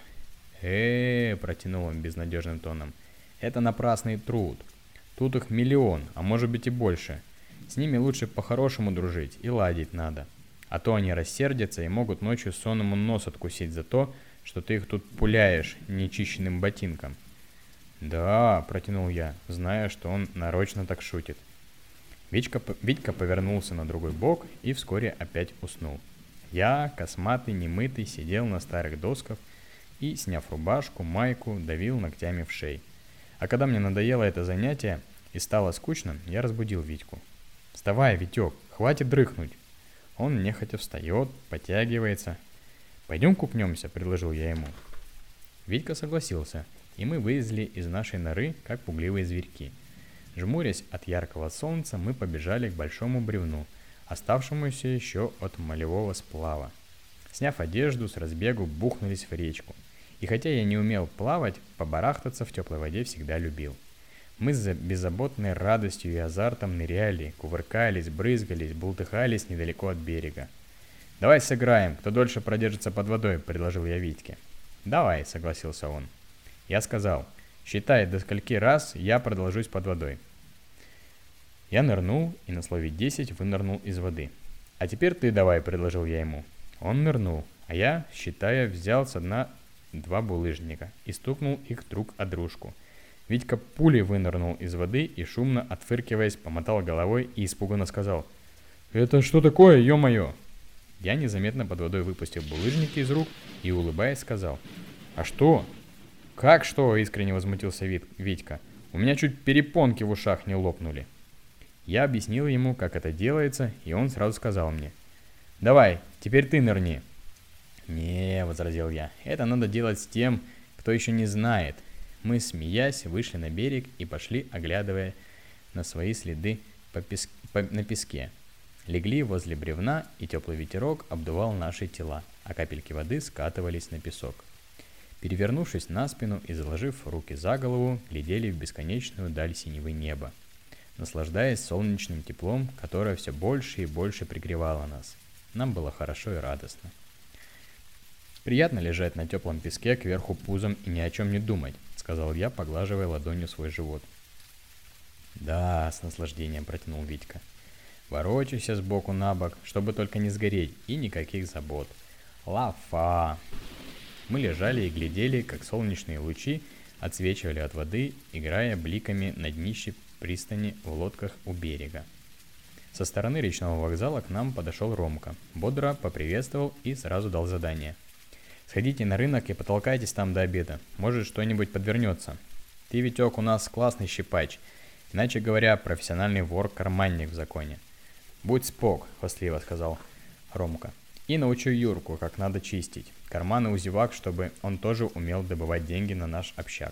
э протянул он безнадежным тоном. «Это напрасный труд. Тут их миллион, а может быть и больше. С ними лучше по-хорошему дружить и ладить надо. А то они рассердятся и могут ночью сонному нос откусить за то, что ты их тут пуляешь нечищенным ботинком». «Да», — протянул я, зная, что он нарочно так шутит. Витька, Витька повернулся на другой бок и вскоре опять уснул. Я, косматый, немытый, сидел на старых досках и, сняв рубашку, майку, давил ногтями в шею. А когда мне надоело это занятие и стало скучно, я разбудил Витьку. «Вставай, Витек, хватит дрыхнуть». Он нехотя встает, подтягивается. «Пойдем купнемся», — предложил я ему. Витька согласился, и мы вылезли из нашей норы, как пугливые зверьки. Жмурясь от яркого солнца, мы побежали к большому бревну, оставшемуся еще от молевого сплава. Сняв одежду, с разбегу бухнулись в речку. И хотя я не умел плавать, побарахтаться в теплой воде всегда любил. Мы с беззаботной радостью и азартом ныряли, кувыркались, брызгались, бултыхались недалеко от берега. «Давай сыграем, кто дольше продержится под водой», — предложил я Витьке. «Давай», — согласился он. Я сказал: «Считай, до скольки раз я продолжусь под водой». Я нырнул и на слове десять вынырнул из воды. «А теперь ты давай», — предложил я ему. Он нырнул, а я, считая, взял со дна два булыжника и стукнул их друг о дружку. Витька пулей вынырнул из воды и, шумно отфыркиваясь, помотал головой и испуганно сказал: «Это что такое, ё-моё?» Я незаметно под водой выпустил булыжники из рук и, улыбаясь, сказал: «А что?» «Как что?» — искренне возмутился Вит- Витька. «У меня чуть перепонки в ушах не лопнули». Я объяснил ему, как это делается, и он сразу сказал мне: «Давай, теперь ты нырни». «Не», — возразил я, — «это надо делать с тем, кто еще не знает». Мы, смеясь, вышли на берег и пошли, оглядывая на свои следы по пес... по... на песке. Легли возле бревна, и теплый ветерок обдувал наши тела, а капельки воды скатывались на песок. Перевернувшись на спину и заложив руки за голову, глядели в бесконечную даль синевы неба, наслаждаясь солнечным теплом, которое все больше и больше пригревало нас. Нам было хорошо и радостно. «Приятно лежать на теплом песке кверху пузом и ни о чем не думать», — сказал я, поглаживая ладонью свой живот. «Да», — с наслаждением протянул Витька. «Ворочайся сбоку на бок, чтобы только не сгореть, и никаких забот. Лафа!» Мы лежали и глядели, как солнечные лучи отсвечивали от воды, играя бликами на днище пристани в лодках у берега. Со стороны речного вокзала к нам подошел Ромка, бодро поприветствовал и сразу дал задание. «Сходите на рынок и потолкайтесь там до обеда, может что-нибудь подвернется. Ты, Витек, у нас классный щипач, иначе говоря, профессиональный вор-карманник в законе». «Будь спок», — хвастливо сказал Ромка. «И научу Юрку, как надо чистить карманы у зевак, чтобы он тоже умел добывать деньги на наш общак.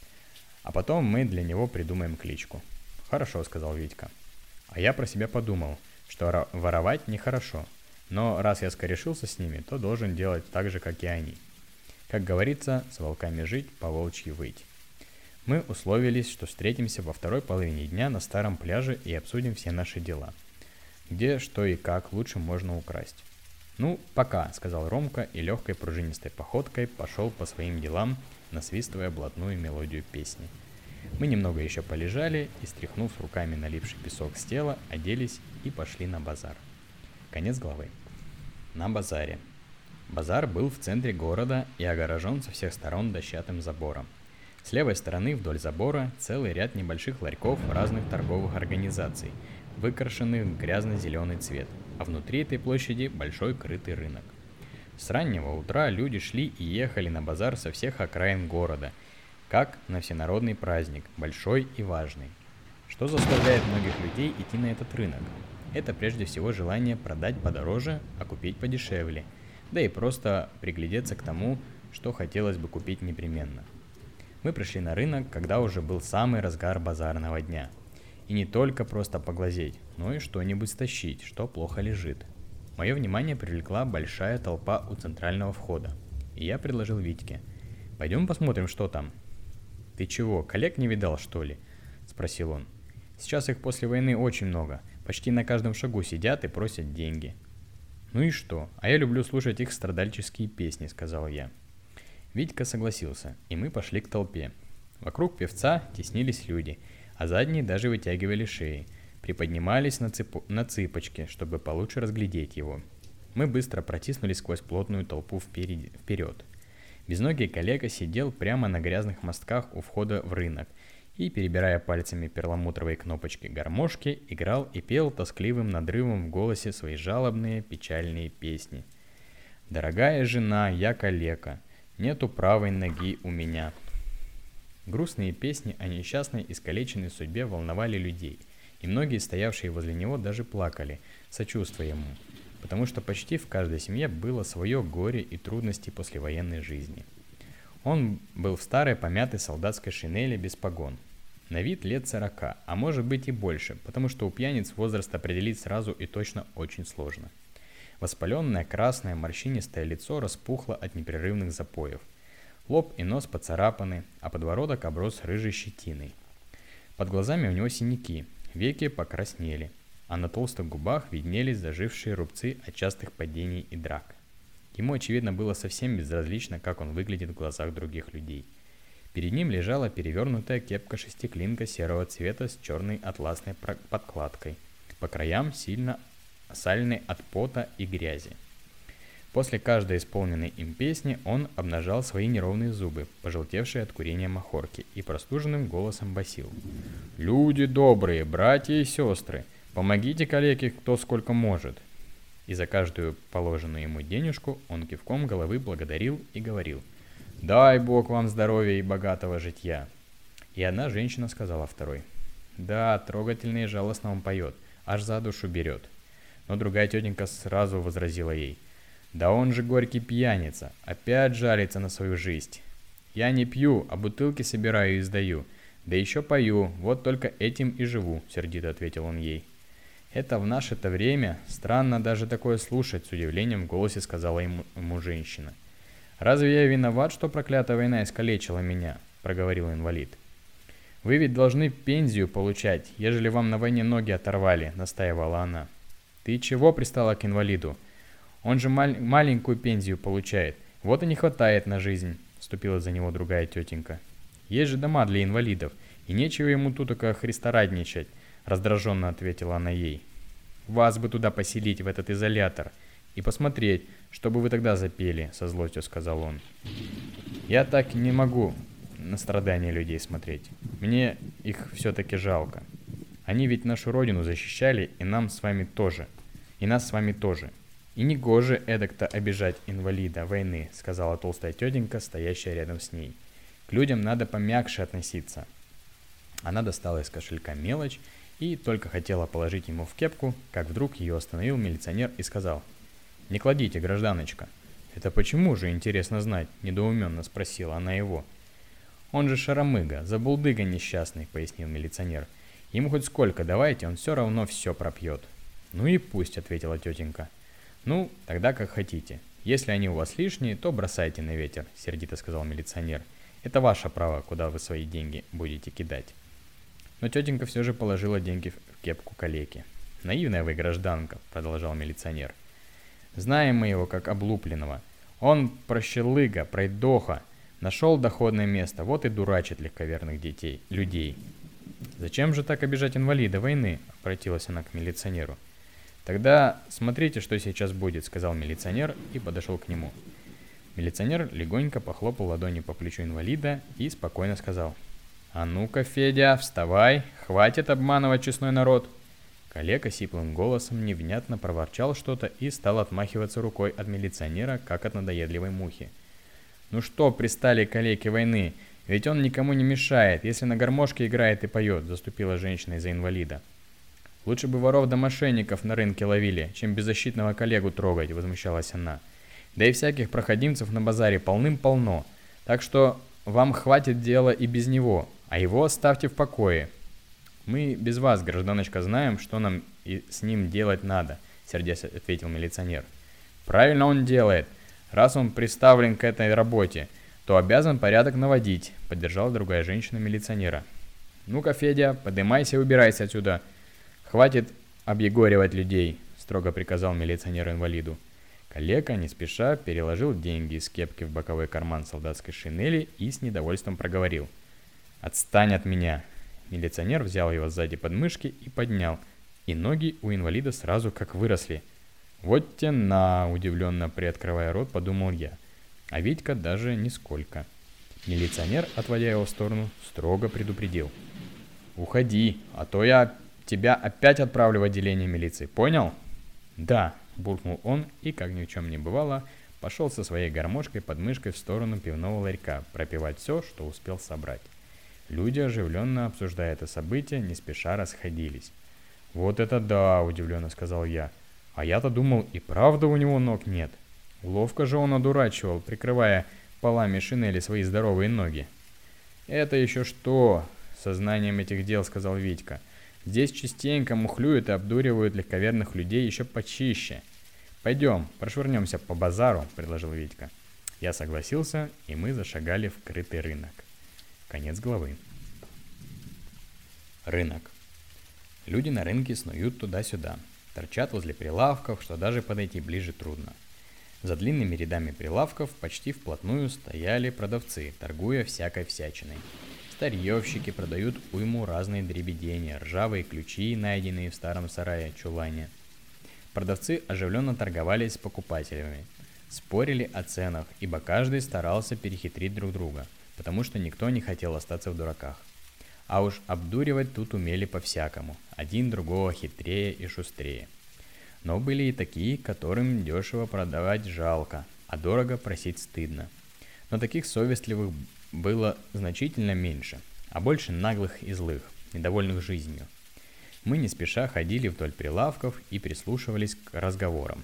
А потом мы для него придумаем кличку». «Хорошо», — сказал Витька. А я про себя подумал, что воровать нехорошо, но раз я скорешился с ними, то должен делать так же, как и они. Как говорится, с волками жить, по волчьи выть. Мы условились, что встретимся во второй половине дня на старом пляже и обсудим все наши дела. Где, что и как лучше можно украсть. «Ну, пока», — сказал Ромка и легкой пружинистой походкой пошел по своим делам, насвистывая блатную мелодию песни. Мы немного еще полежали и, стряхнув руками налипший песок с тела, оделись и пошли на базар. Конец главы. На базаре. Базар был в центре города и огорожен со всех сторон дощатым забором. С левой стороны вдоль забора целый ряд небольших ларьков разных торговых организаций, выкрашенных в грязно-зеленый цвет, а внутри этой площади большой крытый рынок. С раннего утра люди шли и ехали на базар со всех окраин города, как на всенародный праздник, большой и важный. Что заставляет многих людей идти на этот рынок? Это прежде всего желание продать подороже, а купить подешевле, да и просто приглядеться к тому, что хотелось бы купить непременно. Мы пришли на рынок, когда уже был самый разгар базарного дня. И не только просто поглазеть, но и что-нибудь стащить, что плохо лежит. Мое внимание привлекла большая толпа у центрального входа, и я предложил Витьке: «Пойдем посмотрим, что там». «Ты чего, коллег не видал, что ли?» – спросил он. «Сейчас их после войны очень много, почти на каждом шагу сидят и просят деньги». «Ну и что? А я люблю слушать их страдальческие песни», – сказал я. Витька согласился, и мы пошли к толпе. Вокруг певца теснились люди, а задние даже вытягивали шеи, приподнимались на, цепу... на цыпочки, чтобы получше разглядеть его. Мы быстро протиснулись сквозь плотную толпу впереди... вперед. Безногий коллега сидел прямо на грязных мостках у входа в рынок и, перебирая пальцами перламутровые кнопочки гармошки, играл и пел тоскливым надрывом в голосе свои жалобные печальные песни. «Дорогая жена, я калека, нету правой ноги у меня». Грустные песни о несчастной искалеченной судьбе волновали людей, и многие, стоявшие возле него, даже плакали, сочувствуя ему, потому что почти в каждой семье было свое горе и трудности послевоенной жизни. Он был в старой помятой солдатской шинели без погон. На вид лет сорока, а может быть и больше, потому что у пьяниц возраст определить сразу и точно очень сложно. Воспаленное красное морщинистое лицо распухло от непрерывных запоев. Лоб и нос поцарапаны, а подбородок оброс рыжей щетиной. Под глазами у него синяки, веки покраснели, а на толстых губах виднелись зажившие рубцы от частых падений и драк. Ему, очевидно, было совсем безразлично, как он выглядит в глазах других людей. Перед ним лежала перевернутая кепка-шестиклинка серого цвета с черной атласной подкладкой, по краям сильно сальной от пота и грязи. После каждой исполненной им песни он обнажал свои неровные зубы, пожелтевшие от курения махорки, и простуженным голосом басил: «Люди добрые, братья и сестры, помогите калеке кто сколько может». И за каждую положенную ему денежку он кивком головы благодарил и говорил: «Дай Бог вам здоровья и богатого житья». И одна женщина сказала второй: «Да, трогательно и жалостно он поет, аж за душу берет». Но другая тетенька сразу возразила ей: «Да он же горький пьяница, опять жалится на свою жизнь. Я не пью, а бутылки собираю и сдаю, да еще пою, вот только этим и живу», — сердито ответил он ей. «Это в наше-то время странно даже такое слушать», — с удивлением в голосе сказала ему, ему женщина. «Разве я виноват, что проклятая война искалечила меня?» — проговорил инвалид. «Вы ведь должны пенсию получать, ежели вам на войне ноги оторвали», — настаивала она. «Ты чего пристала к инвалиду? Он же мал- маленькую пенсию получает, вот и не хватает на жизнь», — вступила за него другая тетенька. «Есть же дома для инвалидов, и нечего ему тут только христорадничать», — раздраженно ответила она ей. «Вас бы туда поселить, в этот изолятор, и посмотреть, чтобы вы тогда запели», — со злостью сказал он. «Я так не могу на страдания людей смотреть. Мне их все-таки жалко. Они ведь нашу родину защищали, и нам с вами тоже. И нас с вами тоже. И не гоже эдак-то обижать инвалида войны», — сказала толстая тетенька, стоящая рядом с ней. «К людям надо помягче относиться». Она достала из кошелька мелочь и только хотела положить ему в кепку, как вдруг ее остановил милиционер и сказал: «Не кладите, гражданочка». «Это почему же, интересно знать?» – недоуменно спросила она его. «Он же шаромыга, забулдыга несчастный», – пояснил милиционер. «Ему хоть сколько давайте, он все равно все пропьет». «Ну и пусть», – ответила тетенька. «Ну, тогда как хотите. Если они у вас лишние, то бросайте на ветер», – сердито сказал милиционер. «Это ваше право, куда вы свои деньги будете кидать». Но тетенька все же положила деньги в кепку калеки. «Наивная вы гражданка», — продолжал милиционер. «Знаем мы его как облупленного. Он прощелыга, пройдоха, нашел доходное место, вот и дурачит легковерных детей, людей». «Зачем же так обижать инвалида войны?» — обратилась она к милиционеру. «Тогда смотрите, что сейчас будет», — сказал милиционер и подошел к нему. Милиционер легонько похлопал ладонью по плечу инвалида и спокойно сказал: «А ну-ка, Федя, вставай, хватит обманывать честной народ». Калека сиплым голосом невнятно проворчал что-то и стал отмахиваться рукой от милиционера, как от надоедливой мухи. «Ну что пристали калеки войны? Ведь он никому не мешает, если на гармошке играет и поет, заступила женщина из-за инвалида. Лучше бы воров да мошенников на рынке ловили, чем беззащитного коллегу трогать, возмущалась она. Да и всяких проходимцев на базаре полным-полно, так что вам хватит дела и без него, а его оставьте в покое. Мы без вас, гражданочка, знаем, что нам и с ним делать надо, сердясь ответил милиционер. Правильно он делает. Раз он приставлен к этой работе, то обязан порядок наводить, поддержала другая женщина милиционера. Ну-ка, Федя, поднимайся и убирайся отсюда. Хватит объегоривать людей, строго приказал милиционер инвалиду. Коллега, не спеша, переложил деньги из кепки в боковой карман солдатской шинели и с недовольством проговорил. «Отстань от меня!» Милиционер взял его сзади под мышки и поднял, и ноги у инвалида сразу как выросли. «Вот те на!» – удивленно приоткрывая рот, подумал я. А Витька даже нисколько. Милиционер, отводя его в сторону, строго предупредил. «Уходи, а то я тебя опять отправлю в отделение милиции, понял?» «Да», – буркнул он и, как ни в чем не бывало, пошел со своей гармошкой под мышкой в сторону пивного ларька пропивать все, что успел собрать. Люди, оживленно обсуждая это событие, не спеша расходились. «Вот это да!» – удивленно сказал я. «А я-то думал, и правда у него ног нет. Ловко же он одурачивал, прикрывая полами шинели свои здоровые ноги». «Это еще что?» – сознанием этих дел сказал Витька. «Здесь частенько мухлюют и обдуривают легковерных людей еще почище. Пойдем, прошвырнемся по базару», – предложил Витька. Я согласился, и мы зашагали в крытый рынок. Конец главы. Рынок. Люди на рынке снуют туда-сюда, торчат возле прилавков, что даже подойти ближе трудно. За длинными рядами прилавков почти вплотную стояли продавцы, торгуя всякой всячиной. Старьевщики продают уйму разной дребедени, ржавые ключи, найденные в старом сарае-чулане. Продавцы оживленно торговались с покупателями, спорили о ценах, ибо каждый старался перехитрить друг друга, потому что никто не хотел остаться в дураках. А уж обдуривать тут умели по-всякому, один другого хитрее и шустрее. Но были и такие, которым дешево продавать жалко, а дорого просить стыдно. Но таких совестливых было значительно меньше, а больше наглых и злых, недовольных жизнью. Мы не спеша ходили вдоль прилавков и прислушивались к разговорам.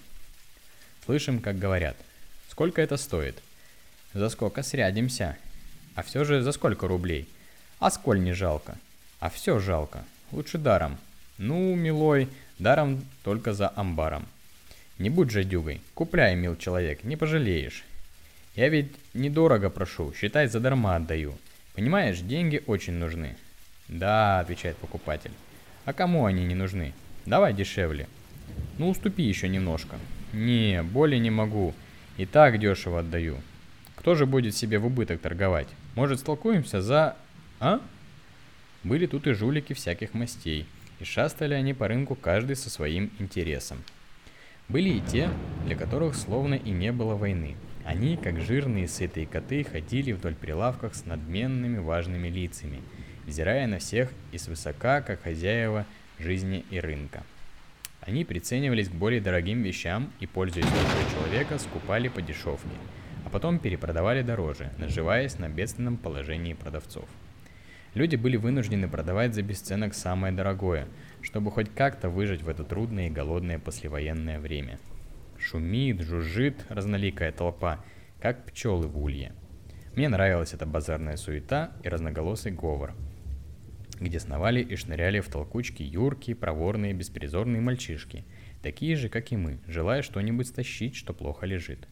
Слышим, как говорят: «Сколько это стоит?» «За сколько срядимся?» «А все же за сколько рублей?» «А сколь не жалко?» «А все жалко. Лучше даром». «Ну, милой, даром только за амбаром». «Не будь жадюгой, купляй, мил человек, не пожалеешь». «Я ведь недорого прошу, считай, задарма отдаю. Понимаешь, деньги очень нужны». «Да», — отвечает покупатель. «А кому они не нужны? Давай дешевле». «Ну, уступи еще немножко». «Не, более не могу. И так дешево отдаю. Кто же будет себе в убыток торговать? Может, столкуемся за... А?» Были тут и жулики всяких мастей, и шастали они по рынку каждый со своим интересом. Были и те, для которых словно и не было войны. Они, как жирные сытые коты, ходили вдоль прилавков с надменными важными лицами, взирая на всех и свысока, как хозяева жизни и рынка. Они приценивались к более дорогим вещам и, пользуясь душой человека, скупали по дешевке, а потом перепродавали дороже, наживаясь на бедственном положении продавцов. Люди были вынуждены продавать за бесценок самое дорогое, чтобы хоть как-то выжить в это трудное и голодное послевоенное время. Шумит, жужжит разноликая толпа, как пчелы в улье. Мне нравилась эта базарная суета и разноголосый говор, где сновали и шныряли в толкучке юркие, проворные, беспризорные мальчишки, такие же, как и мы, желая что-нибудь стащить, что плохо лежит.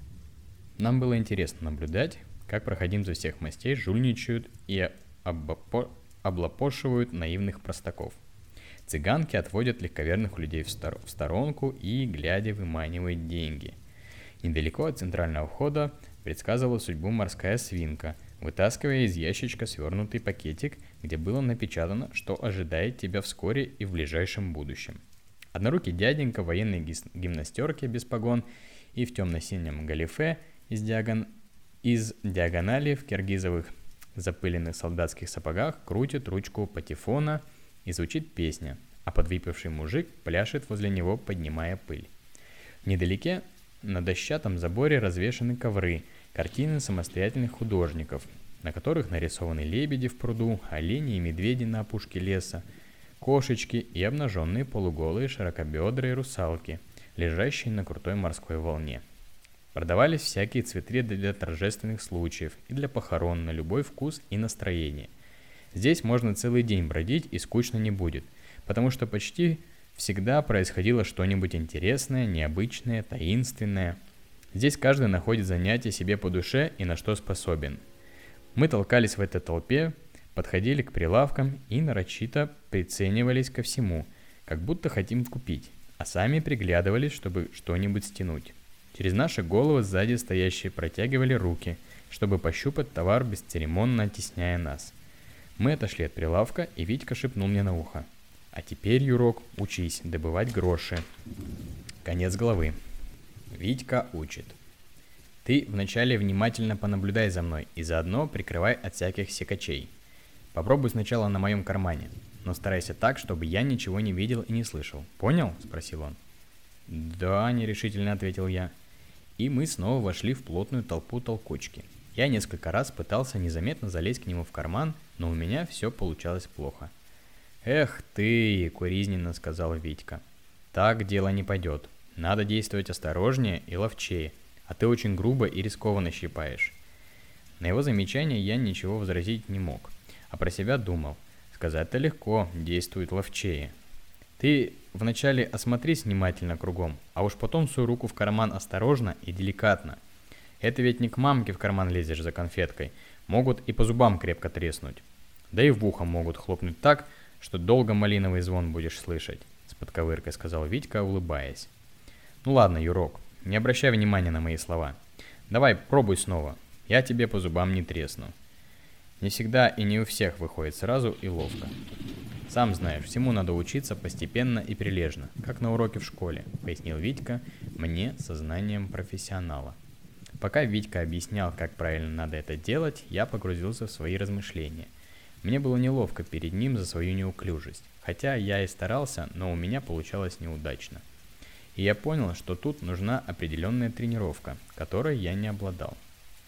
Нам было интересно наблюдать, как проходимцы всех мастей жульничают и обопо- облапошивают наивных простаков. Цыганки отводят легковерных людей в, стор- в сторонку и, глядя, выманивают деньги. Недалеко от центрального входа предсказывала судьбу морская свинка, вытаскивая из ящичка свернутый пакетик, где было напечатано, что ожидает тебя вскоре и в ближайшем будущем. Однорукий дяденька в военной гис- гимнастерке без погон и в темно-синем галифе из, диагон... из диагонали в киргизовых запыленных солдатских сапогах крутит ручку патефона и звучит песня, а подвыпивший мужик пляшет возле него, поднимая пыль. Недалеке на дощатом заборе развешаны ковры, картины самостоятельных художников, на которых нарисованы лебеди в пруду, олени и медведи на опушке леса, кошечки и обнаженные полуголые широкобедрые русалки, лежащие на крутой морской волне. Продавались всякие цветы для торжественных случаев и для похорон на любой вкус и настроение. Здесь можно целый день бродить и скучно не будет, потому что почти всегда происходило что-нибудь интересное, необычное, таинственное. Здесь каждый находит занятие себе по душе и на что способен. Мы толкались в этой толпе, подходили к прилавкам и нарочито приценивались ко всему, как будто хотим купить, а сами приглядывались, чтобы что-нибудь стянуть. Через наши головы сзади стоящие протягивали руки, чтобы пощупать товар, бесцеремонно оттесняя нас. Мы отошли от прилавка, и Витька шепнул мне на ухо: «А теперь, Юрок, учись добывать гроши». Конец главы. Витька учит. Ты вначале внимательно понаблюдай за мной и заодно прикрывай от всяких секачей. Попробуй сначала на моем кармане, но старайся так, чтобы я ничего не видел и не слышал. Понял? Спросил он. Да, нерешительно ответил я. И мы снова вошли в плотную толпу толкучки. Я несколько раз пытался незаметно залезть к нему в карман, но у меня все получалось плохо. «Эх ты!» — укоризненно сказал Витька. «Так дело не пойдет. Надо действовать осторожнее и ловчее, а ты очень грубо и рискованно щипаешь». На его замечание я ничего возразить не мог, а про себя думал: сказать-то легко, действует ловчее. Ты вначале осмотрись внимательно кругом, а уж потом суй руку в карман осторожно и деликатно. Это ведь не к мамке в карман лезешь за конфеткой, могут и по зубам крепко треснуть. Да и в ухо могут хлопнуть так, что долго малиновый звон будешь слышать, с подковыркой сказал Витька, улыбаясь. Ну ладно, Юрок, не обращай внимания на мои слова. Давай, пробуй снова, я тебе по зубам не тресну. Не всегда и не у всех выходит сразу и ловко. Сам знаешь, всему надо учиться постепенно и прилежно, как на уроке в школе, пояснил Витька мне со знанием профессионала. Пока Витька объяснял, как правильно надо это делать, я погрузился в свои размышления. Мне было неловко перед ним за свою неуклюжесть, хотя я и старался, но у меня получалось неудачно. И я понял, что тут нужна определенная тренировка, которой я не обладал.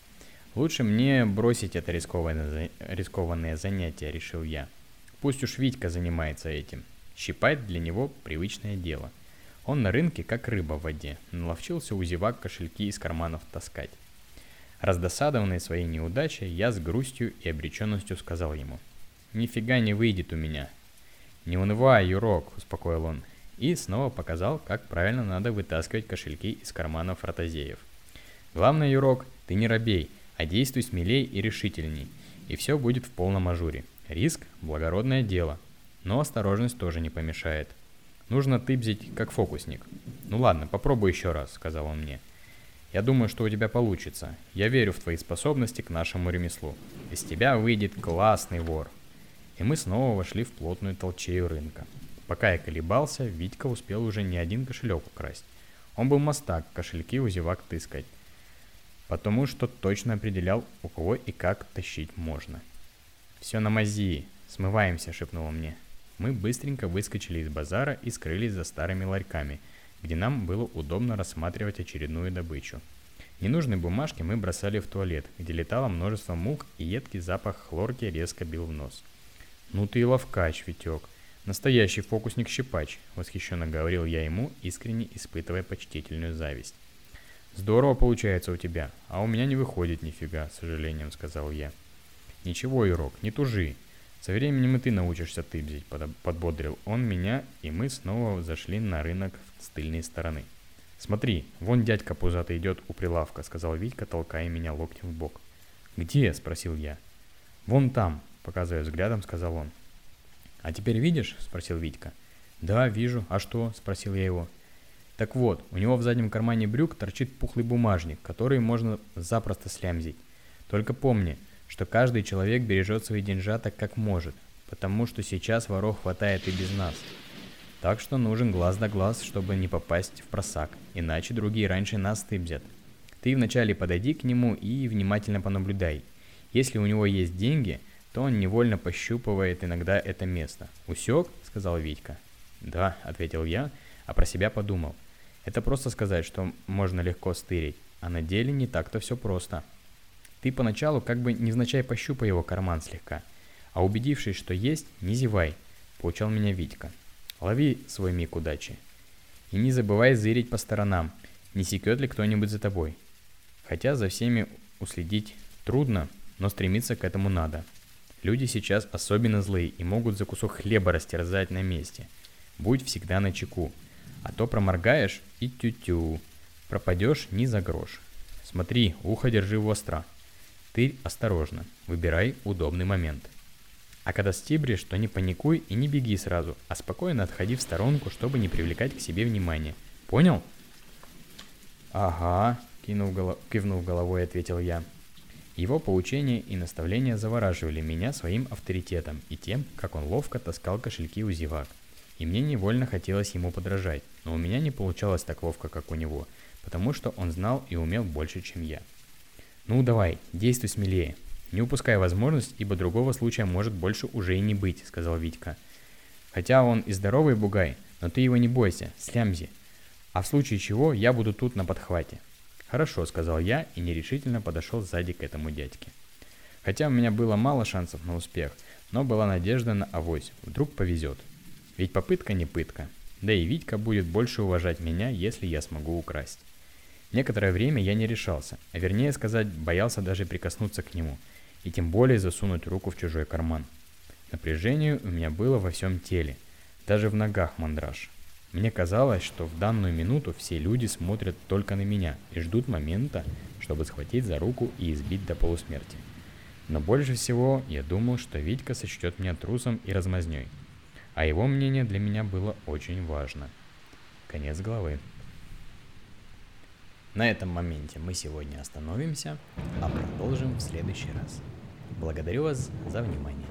Лучше мне бросить это рискованное, рискованное занятие, решил я. Пусть уж Витька занимается этим. Щипать для него привычное дело. Он на рынке как рыба в воде, наловчился у зевак кошельки из карманов таскать. Раздосадованный своей неудачей, я с грустью и обреченностью сказал ему: «Нифига не выйдет у меня». «Не унывай, Юрок», — успокоил он, и снова показал, как правильно надо вытаскивать кошельки из карманов ротозеев. «Главное, Юрок, ты не робей, а действуй смелей и решительней, и все будет в полном ажуре. Риск – благородное дело, но осторожность тоже не помешает. Нужно тыбзить, как фокусник». «Ну ладно, попробуй еще раз», — сказал он мне. «Я думаю, что у тебя получится. Я верю в твои способности к нашему ремеслу. Из тебя выйдет классный вор». И мы снова вошли в плотную толчею рынка. Пока я колебался, Витька успел уже не один кошелек украсть. Он был мастак кошельки у зевак тыскать, потому что точно определял, у кого и как тащить можно. «Все на мази, смываемся», — шепнул он мне. Мы быстренько выскочили из базара и скрылись за старыми ларьками, где нам было удобно рассматривать очередную добычу. Ненужные бумажки мы бросали в туалет, где летало множество мух, и едкий запах хлорки резко бил в нос. «Ну ты и ловкач, Витек, настоящий фокусник-щипач», — восхищенно говорил я ему, искренне испытывая почтительную зависть. «Здорово получается у тебя, а у меня не выходит нифига», — с сожалением сказал я. «Ничего, Юрок, не тужи. Со временем и ты научишься тыбзить», — подбодрил он меня, и мы снова зашли на рынок с тыльной стороны. «Смотри, вон дядька пузатый идет у прилавка», — сказал Витька, толкая меня локтем в бок. «Где?» — спросил я. «Вон там», — показывая взглядом, сказал он. «А теперь видишь?» — спросил Витька. «Да, вижу. А что?» — спросил я его. «Так вот, у него в заднем кармане брюк торчит пухлый бумажник, который можно запросто слямзить. Только помни, что каждый человек бережет свои деньжата как может, потому что сейчас воров хватает и без нас. Так что нужен глаз да глаз, чтобы не попасть в просак, иначе другие раньше нас тыбзят. Ты вначале подойди к нему и внимательно понаблюдай. Если у него есть деньги, то он невольно пощупывает иногда это место. «Усек?» — сказал Витька. «Да», — ответил я, а про себя подумал. Это просто сказать, что можно легко стырить, а на деле не так-то все просто. Ты поначалу как бы невзначай пощупай его карман слегка, а убедившись, что есть, не зевай, поучал меня Витька. Лови свой миг удачи. И не забывай зырить по сторонам, не секет ли кто-нибудь за тобой. Хотя за всеми уследить трудно, но стремиться к этому надо. Люди сейчас особенно злые и могут за кусок хлеба растерзать на месте. Будь всегда начеку, а то проморгаешь и тю-тю, пропадешь ни за грош. Смотри, ухо держи востро. Ты осторожно, выбирай удобный момент. А когда стибришь, то не паникуй и не беги сразу, а спокойно отходи в сторонку, чтобы не привлекать к себе внимания. Понял? Ага, кинув голо... кивнув головой, ответил я. Его поучения и наставления завораживали меня своим авторитетом и тем, как он ловко таскал кошельки у зевак. И мне невольно хотелось ему подражать, но у меня не получалось так ловко, как у него, потому что он знал и умел больше, чем я. «Ну давай, действуй смелее. Не упускай возможность, ибо другого случая может больше уже и не быть», — сказал Витька. «Хотя он и здоровый бугай, но ты его не бойся, слямзи. А в случае чего я буду тут на подхвате». «Хорошо», — сказал я и нерешительно подошел сзади к этому дядьке. Хотя у меня было мало шансов на успех, но была надежда на авось, вдруг повезет. Ведь попытка не пытка. Да и Витька будет больше уважать меня, если я смогу украсть. Некоторое время я не решался, а вернее сказать, боялся даже прикоснуться к нему, и тем более засунуть руку в чужой карман. Напряжение у меня было во всем теле, даже в ногах мандраж. Мне казалось, что в данную минуту все люди смотрят только на меня и ждут момента, чтобы схватить за руку и избить до полусмерти. Но больше всего я думал, что Витька сочтет меня трусом и размазнёй, а его мнение для меня было очень важно. Конец главы. На этом моменте мы сегодня остановимся, а продолжим в следующий раз. Благодарю вас за внимание.